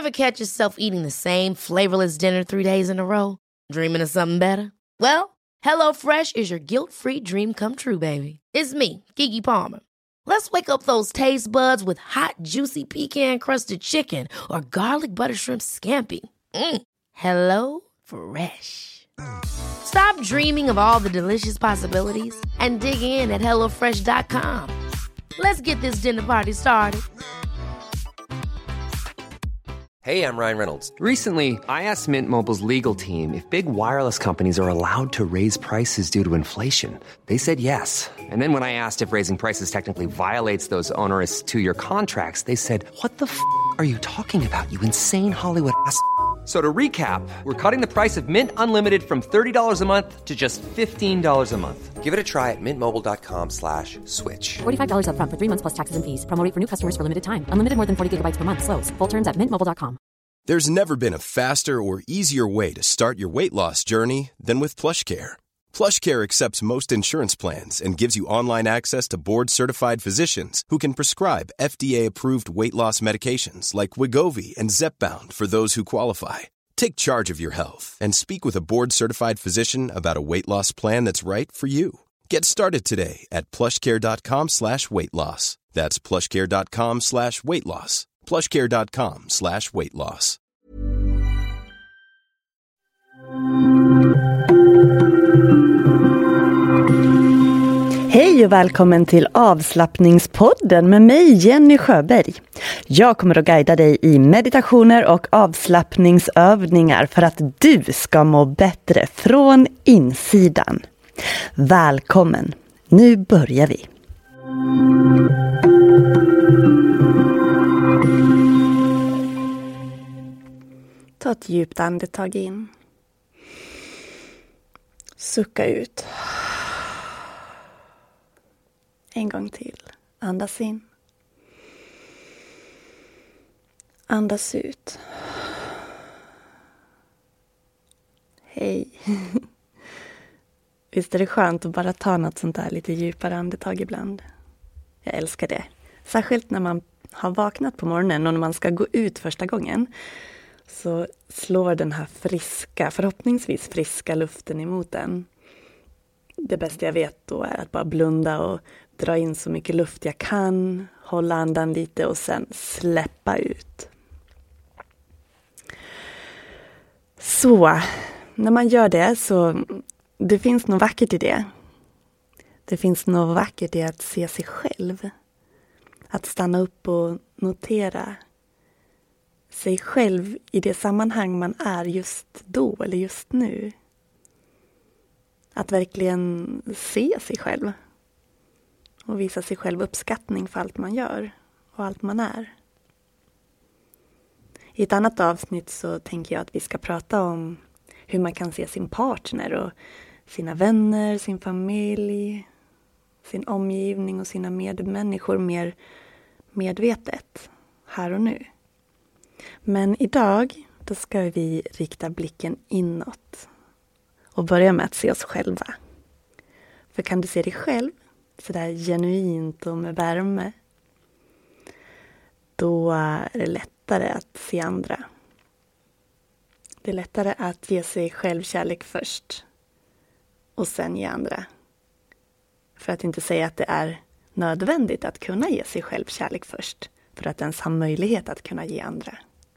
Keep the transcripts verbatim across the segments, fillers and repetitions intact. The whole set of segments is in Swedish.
Ever catch yourself eating the same flavorless dinner three days in a row? Dreaming of something better? Well, HelloFresh is your guilt-free dream come true, baby. It's me, Keke Palmer. Let's wake up those taste buds with hot, juicy pecan-crusted chicken or garlic butter shrimp scampi. Mm. Hello Fresh. Stop dreaming of all the delicious possibilities and dig in at hello fresh dot com. Let's get this dinner party started. Hey, I'm Ryan Reynolds. Recently, I asked Mint Mobile's legal team if big wireless companies are allowed to raise prices due to inflation. They said yes. And then when I asked if raising prices technically violates those onerous two-year contracts, they said, "What the f*** are you talking about, you insane Hollywood ass?" So to recap, we're cutting the price of Mint Unlimited from thirty dollars a month to just fifteen dollars a month. Give it a try at mintmobile.com slash switch. forty-five dollars up front for three months plus taxes and fees. Promo rate for new customers for limited time. Unlimited more than forty gigabytes per month. Slows full terms at mint mobile dot com. There's never been a faster or easier way to start your weight loss journey than with PlushCare. PlushCare accepts most insurance plans and gives you online access to board-certified physicians who can prescribe F D A-approved weight loss medications like Wegovy and Zepbound for those who qualify. Take charge of your health and speak with a board-certified physician about a weight loss plan that's right for you. Get started today at plushcare.com slash weight loss. That's plushcare.com slash weight loss. plushcare.com slash weight loss. Hej och välkommen till avslappningspodden med mig Jenny Sjöberg. Jag kommer att guida dig i meditationer och avslappningsövningar för att du ska må bättre från insidan. Välkommen, nu börjar vi. Ta ett djupt andetag in. Sucka ut. En gång till. Andas in. Andas ut. Hej. Visst är det skönt att bara ta något sånt där lite djupare andetag ibland. Jag älskar det. Särskilt när man har vaknat på morgonen och när man ska gå ut första gången. Så slår den här friska, förhoppningsvis friska luften emot en. Det bästa jag vet då är att bara blunda och dra in så mycket luft jag kan. Hålla andan lite och sen släppa ut. Så, när man gör det så det finns något vackert i det. Det finns något vackert i att se sig själv. Att stanna upp och notera sig själv i det sammanhang man är just då eller just nu. Att verkligen se sig själv. Och visa sig själv uppskattning för allt man gör och allt man är. I ett annat avsnitt så tänker jag att vi ska prata om hur man kan se sin partner och sina vänner, sin familj, sin omgivning och sina medmänniskor mer medvetet här och nu. Men idag då ska vi rikta blicken inåt och börja med att se oss själva. För kan du se dig själv så där genuint och med värme, då är det lättare att se andra. Det är lättare att ge sig själv kärlek först och sen ge andra. För att inte säga att det är nödvändigt att kunna ge sig själv kärlek först för att ens ha möjlighet att kunna ge andra.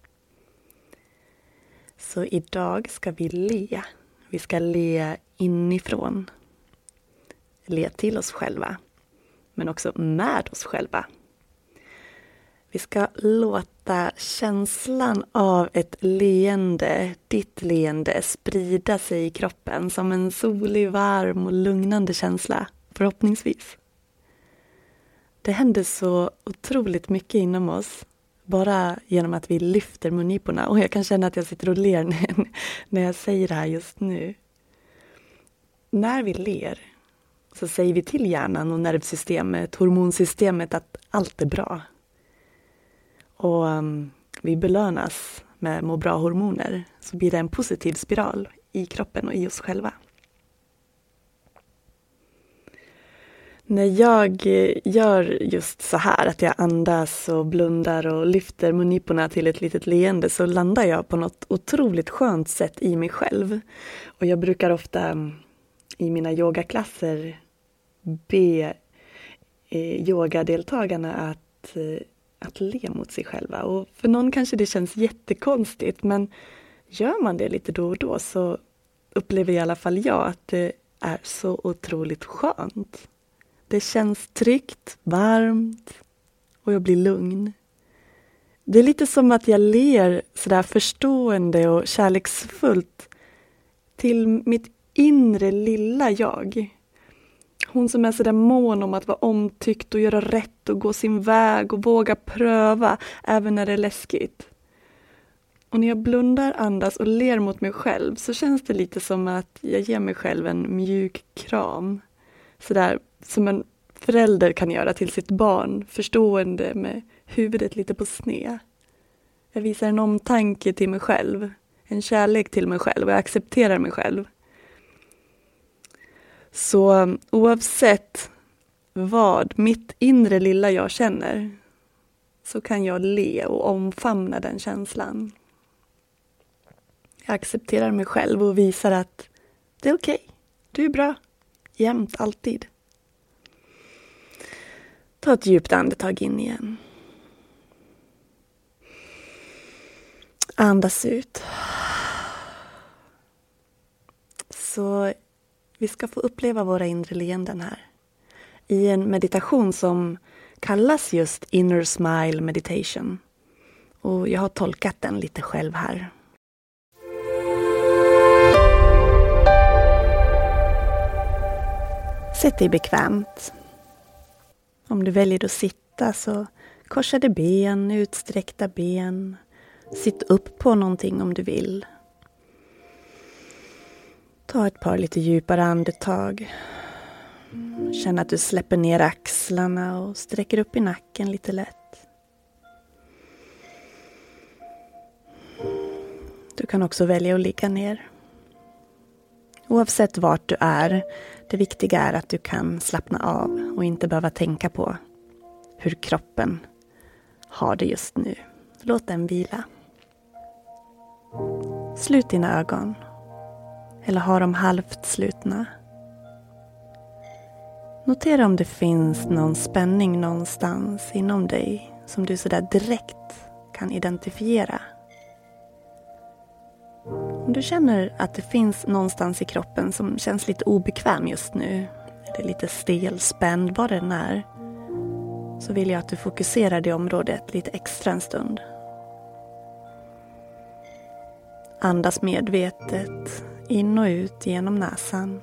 Så idag ska vi le. Vi ska le inifrån. Le till oss själva. Men också med oss själva. Vi ska låta känslan av ett leende, ditt leende, sprida sig i kroppen som en solig, varm och lugnande känsla. Förhoppningsvis. Det händer så otroligt mycket inom oss. Bara genom att vi lyfter mungiporna. Och jag kan känna att jag sitter och ler när jag säger det här just nu. När vi ler så säger vi till hjärnan och nervsystemet, hormonsystemet att allt är bra. Och um, vi belönas med må bra hormoner. Så blir det en positiv spiral i kroppen och i oss själva. När jag gör just så här, att jag andas och blundar och lyfter mungiporna till ett litet leende, så landar jag på något otroligt skönt sätt i mig själv. Och jag brukar ofta i mina yogaklasser be eh, yogadeltagarna att, eh, att le mot sig själva. Och för någon kanske det känns jättekonstigt, men gör man det lite då och då så upplever i alla fall jag att det är så otroligt skönt. Det känns tryggt, varmt och jag blir lugn. Det är lite som att jag ler sådär förstående och kärleksfullt till mitt inre lilla jag. Hon som är sådär mån om att vara omtyckt och göra rätt och gå sin väg och våga pröva även när det är läskigt. Och när jag blundar, andas och ler mot mig själv så känns det lite som att jag ger mig själv en mjuk kram. Sådär som en förälder kan göra till sitt barn, förstående med huvudet lite på sned. Jag visar en omtanke till mig själv, en kärlek till mig själv och jag accepterar mig själv. Så oavsett vad mitt inre lilla jag känner så kan jag le och omfamna den känslan. Jag accepterar mig själv och visar att det är okej, du är bra, jämt, alltid. Ta ett djupt andetag in igen. Andas ut. Så vi ska få uppleva våra inre leenden här. I en meditation som kallas just Inner Smile Meditation. Och jag har tolkat den lite själv här. Sätt dig bekvämt. Om du väljer att sitta så korsade ben, utsträckta ben. Sitt upp på någonting om du vill. Ta ett par lite djupare andetag. Känn att du släpper ner axlarna och sträcker upp i nacken lite lätt. Du kan också välja att ligga ner. Oavsett vart du är, det viktiga är att du kan slappna av och inte behöva tänka på hur kroppen har det just nu. Låt den vila. Slut dina ögon. Eller ha dem halvt slutna. Notera om det finns någon spänning någonstans inom dig som du sådär direkt kan identifiera. Om du känner att det finns någonstans i kroppen som känns lite obekväm just nu, eller lite stelspänd, vad den är, så vill jag att du fokuserar det området lite extra en stund. Andas medvetet in och ut genom näsan.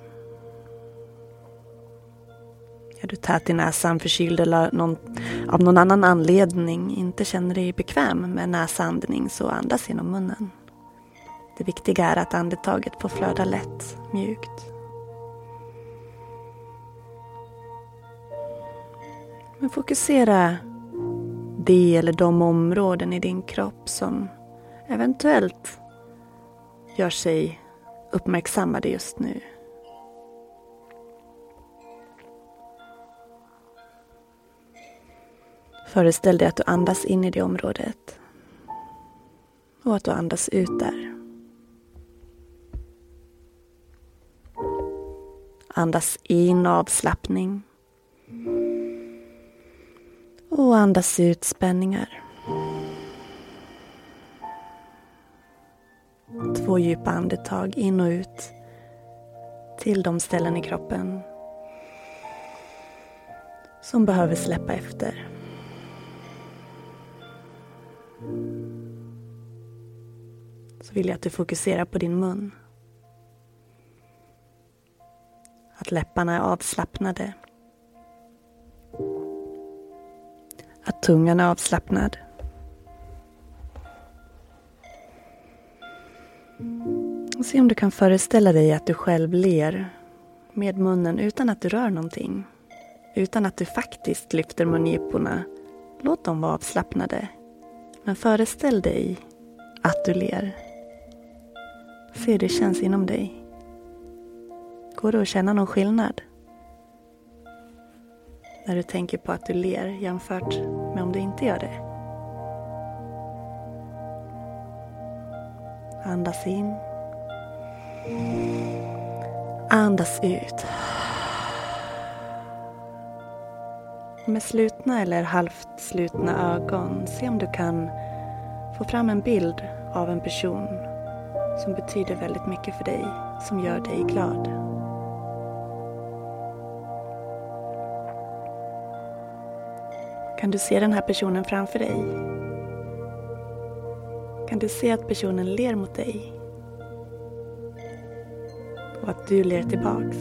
Är du tät i näsan, förkyld eller någon, av någon annan anledning inte känner dig bekväm med näsandning, så andas genom munnen. Det viktiga är att andetaget får flöda lätt, mjukt. Men fokusera det eller de områden i din kropp som eventuellt gör sig uppmärksammade just nu. Föreställ dig att du andas in i det området och att du andas ut där. Andas in avslappning och andas ut spänningar. Två djupa andetag in och ut till de ställen i kroppen som behöver släppa efter. Så vill jag att du fokuserar på din mun. Att läpparna är avslappnade. Att tungan är avslappnad. Och se om du kan föreställa dig att du själv ler med munnen utan att du rör någonting. Utan att du faktiskt lyfter mungiporna. Låt dem vara avslappnade. Men föreställ dig att du ler. Se hur det känns inom dig. Går det att känna någon skillnad? när du tänker på att du ler jämfört med om du inte gör det. Andas in. Andas ut. Med slutna eller halvt slutna ögon, se om du kan få fram en bild av en person som betyder väldigt mycket för dig, som gör dig glad. Kan du se den här personen framför dig? Kan du se att personen ler mot dig? Och att du ler tillbaks?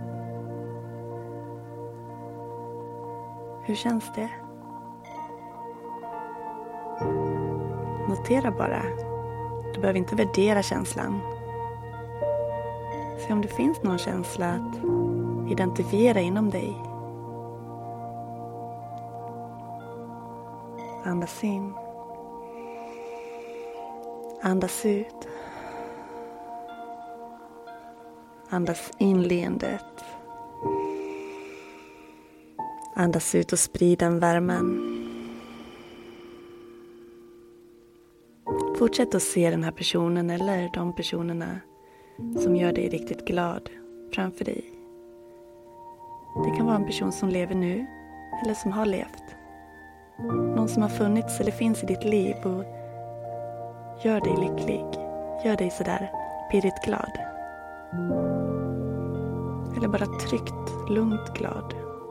Hur känns det? Notera bara. Du behöver inte värdera känslan. Se om det finns någon känsla att identifiera inom dig. Andas in. Andas ut. Andas in leendet. Andas ut och sprid den värmen. Fortsätt att se den här personen eller de personerna som gör dig riktigt glad framför dig. Det kan vara en person som lever nu eller som har levt. Någon som har funnits eller finns i ditt liv och gör dig lycklig. Gör dig sådär pirrigt glad. Eller bara tryggt, lugnt glad.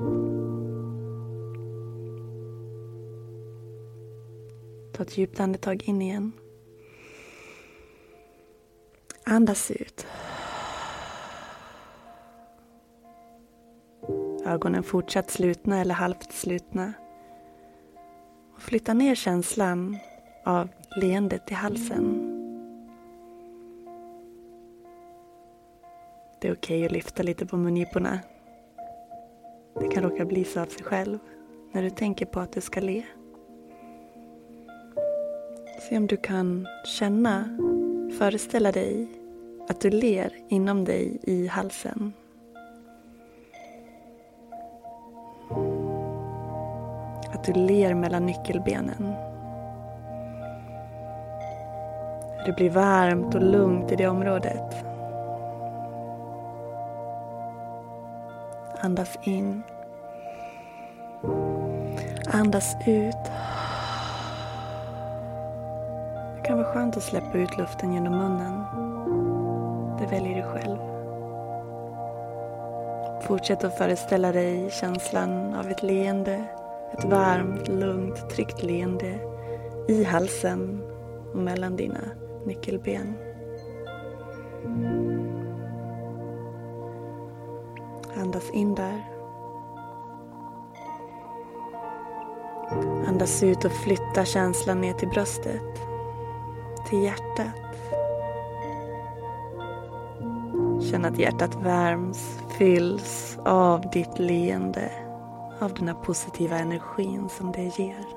Ta ett djupt andetag in igen. Andas ut. Ögonen fortsatt slutna eller halvt slutna. Och flytta ner känslan av leendet i halsen. Det är okej att lyfta lite på mungiporna. Det kan råka bli så av sig själv när du tänker på att du ska le. Se om du kan känna, föreställa dig att du ler inom dig i halsen. Att du ler mellan nyckelbenen. Det blir varmt och lugnt i det området. Andas in. Andas ut. Det kan vara skönt att släppa ut luften genom munnen. Det väljer du själv. Fortsätt att föreställa dig känslan av ett leende. Ett varmt, lugnt, tryggt leende i halsen och mellan dina nyckelben. Andas in där. Andas ut och flytta känslan ner till bröstet. Till hjärtat. Känn att hjärtat värms, fylls av ditt leende. Av den här positiva energin som det ger.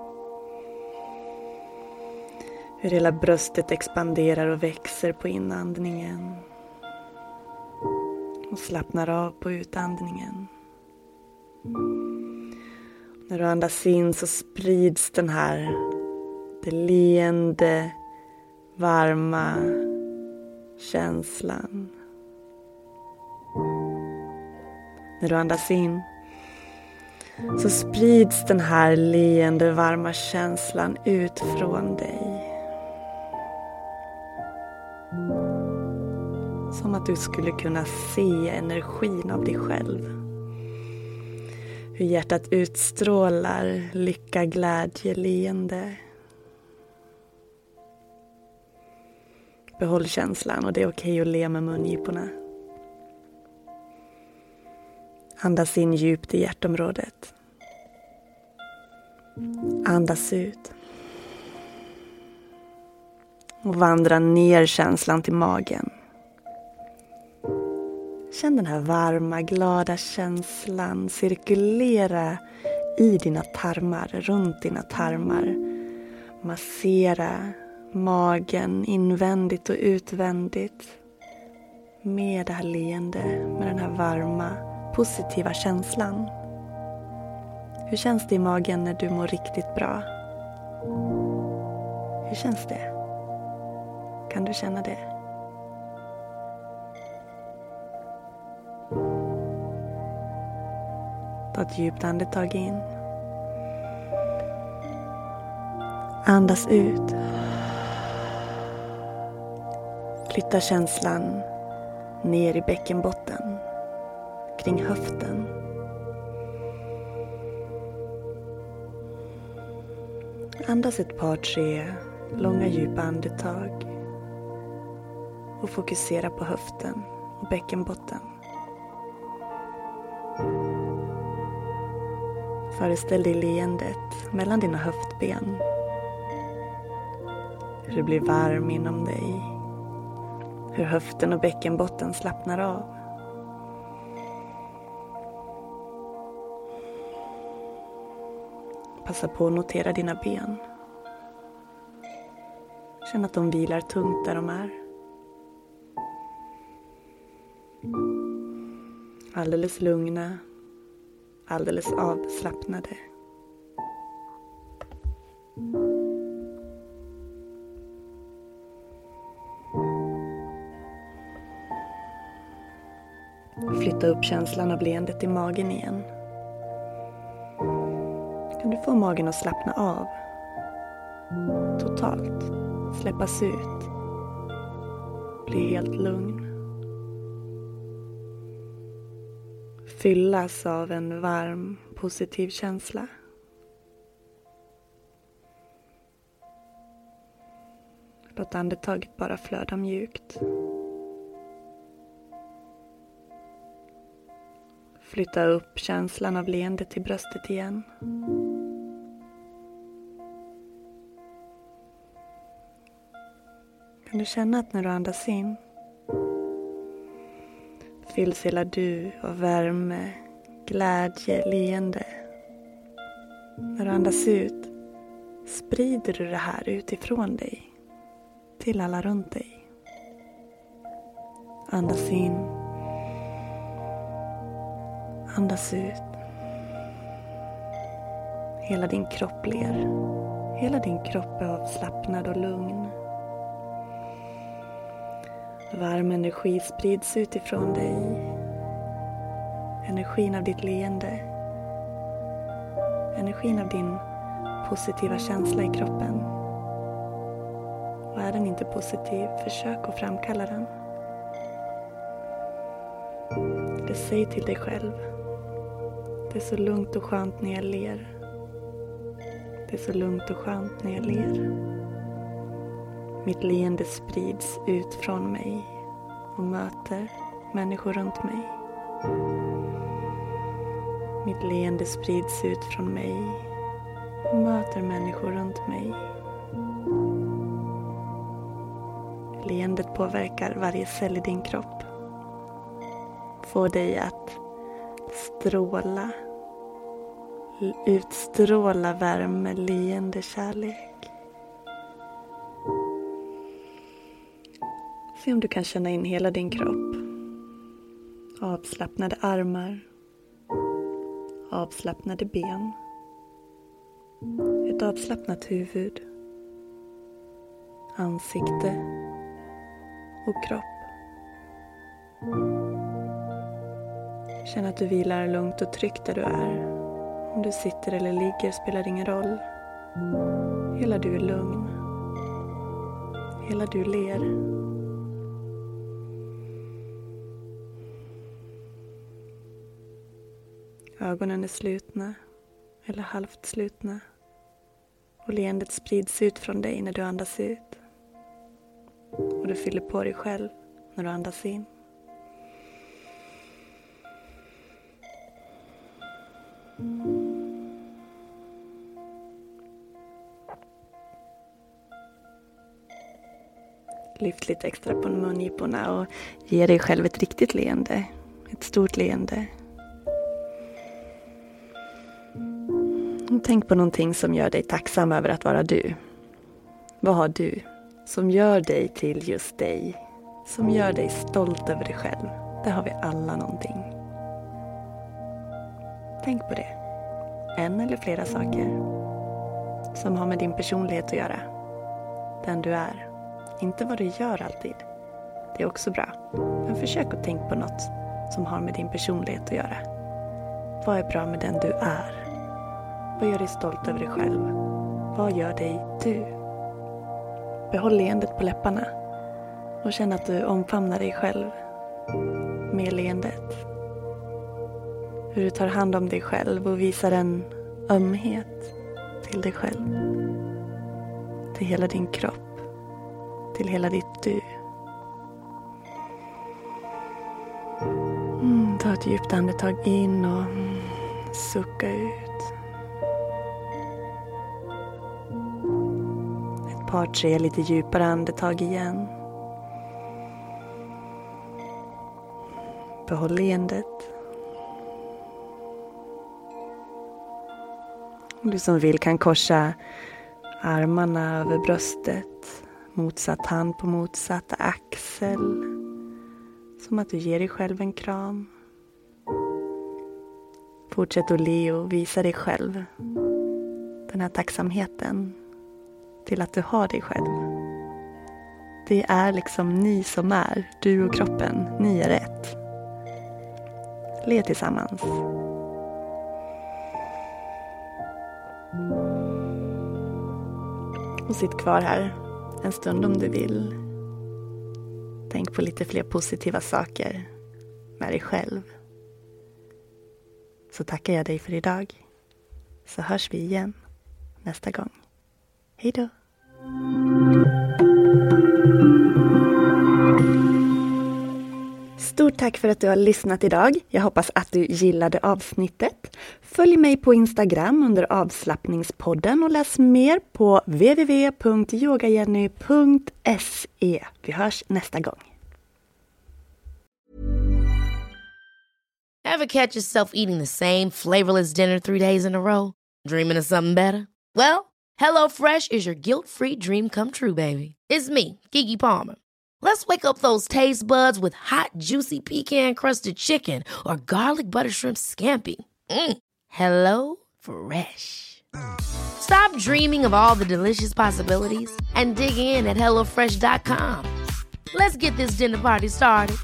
Hur hela bröstet expanderar och växer på inandningen. Och slappnar av på utandningen. När du andas in så sprids den här det leende, varma känslan. När du andas in så sprids den här leende, varma känslan ut från dig. Som att du skulle kunna se energin av dig själv. Hur hjärtat utstrålar lycka, glädje, leende. Behåll känslan och det är okej att le med mungiporna. Andas in djupt i hjärtområdet. Andas ut. Och vandra ner känslan till magen. Känn den här varma, glada känslan cirkulera i dina tarmar, runt dina tarmar. Massera magen invändigt och utvändigt med det här leende, med den här varma, positiva känslan. Hur känns det i magen när du mår riktigt bra? Hur känns det? Kan du känna det? Ta ett djupt andetag in. Andas ut. Flytta känslan ner i bäckenbotten, kring höften. Andas ett par, tre långa djupa andetag och fokusera på höften och bäckenbotten. Föreställ dig leendet mellan dina höftben. Hur det blir varm inom dig. Hur höften och bäckenbotten slappnar av. Passa på att notera dina ben. Känn att de vilar tungt där de är. Alldeles lugna. Alldeles avslappnade. Flytta upp känslan av leendet i magen igen. Kan du få magen att slappna av? Totalt. Släppas ut. Bli helt lugn. Fyllas av en varm, positiv känsla. Låt andetaget bara flöda mjukt. Flytta upp känslan av leendet till bröstet igen. Kan du känna att när du andas in fylls hela du av värme, glädje, leende. När du andas ut sprider du det här utifrån dig till alla runt dig. Andas in. Andas ut. Hela din kropp ler. Hela din kropp är avslappnad och lugn. Varm energi sprids utifrån dig. Energin av ditt leende. Energin av din positiva känsla i kroppen. Och är den inte positiv, försök att framkalla den. Det säg till dig själv. Det är så lugnt och skönt när jag ler. Det är så lugnt och skönt när jag ler. Mitt leende sprids ut från mig och möter människor runt mig. Mitt leende sprids ut från mig och möter människor runt mig. Leendet påverkar varje cell i din kropp. Får dig att stråla, utstråla värme, leende, kärlek. Se om du kan känna in hela din kropp. Avslappnade armar. Avslappnade ben. Ett avslappnat huvud. Ansikte. Och kropp. Känn att du vilar lugnt och tryggt där du är. Om du sitter eller ligger spelar ingen roll. Hela du är lugn. Hela du ler. Ögonen är slutna eller halvt slutna. Och leendet sprids ut från dig när du andas ut. Och du fyller på dig själv när du andas in. Lyft lite extra på mungiporna och ge dig själv ett riktigt leende. Ett stort leende. Tänk på någonting som gör dig tacksam över att vara du. Vad har du som gör dig till just dig? Som gör dig stolt över dig själv. Där har vi alla någonting. Tänk på det. en eller flera saker som har med din personlighet att göra. Den du är. Inte vad du gör alltid. Det är också bra. Men försök att tänka på något som har med din personlighet att göra. Vad är bra med den du är? Vad gör dig stolt över dig själv? Vad gör dig du? Behåll leendet på läpparna. Och känn att du omfamnar dig själv med leendet. Hur du tar hand om dig själv och visar en ömhet till dig själv. Till hela din kropp. Till hela ditt du. Mm, ta ett djupt andetag in och mm, sucka ut. Ett par, tre lite djupare andetag igen. Behåll leendet. Du som vill kan korsa armarna över bröstet. Motsatt hand på motsatta axel. Som att du ger dig själv en kram. Fortsätt att le och visa dig själv den här tacksamheten till att du har dig själv. Det är liksom ni som är, du och kroppen, ni är ett. Le tillsammans. Och sitt kvar här en stund om du vill. Tänk på lite fler positiva saker med dig själv. Så tackar jag dig för idag. Så hörs vi igen nästa gång. Hej då! Stort tack för att du har lyssnat idag. Jag hoppas att du gillade avsnittet. Följ mig på Instagram under avslappningspodden och läs mer på w w w punkt yogajenny punkt se. Vi hörs nästa gång. Ever catch yourself eating the same flavorless dinner three days in a row? Dreaming of something better? Well, HelloFresh is your guilt-free dream come true, baby. It's me, Keke Palmer. Let's wake up those taste buds with hot, juicy pecan-crusted chicken or garlic butter shrimp scampi. Mm. Hello Fresh. Stop dreaming of all the delicious possibilities and dig in at hello fresh dot com. Let's get this dinner party started.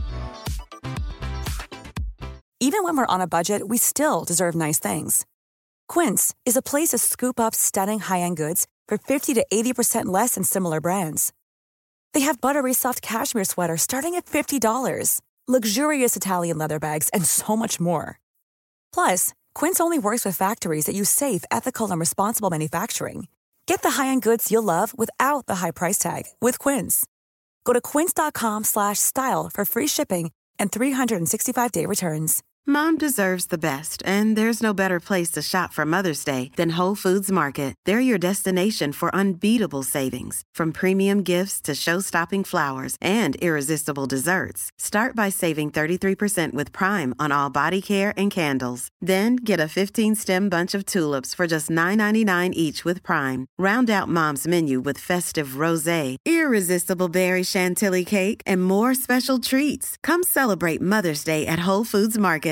Even when we're on a budget, we still deserve nice things. Quince is a place to scoop up stunning high-end goods for fifty to eighty percent less than similar brands. They have buttery soft cashmere sweaters starting at fifty dollars, luxurious Italian leather bags, and so much more. Plus, Quince only works with factories that use safe, ethical, and responsible manufacturing. Get the high-end goods you'll love without the high price tag with Quince. Go to quince dot com slash style for free shipping and three sixty-five day returns. Mom deserves the best, and there's no better place to shop for Mother's Day than Whole Foods Market. They're your destination for unbeatable savings, from premium gifts to show-stopping flowers and irresistible desserts. Start by saving thirty-three percent with Prime on all body care and candles. Then get a fifteen-stem bunch of tulips for just nine ninety-nine each with Prime. Round out Mom's menu with festive rosé, irresistible berry chantilly cake, and more special treats. Come celebrate Mother's Day at Whole Foods Market.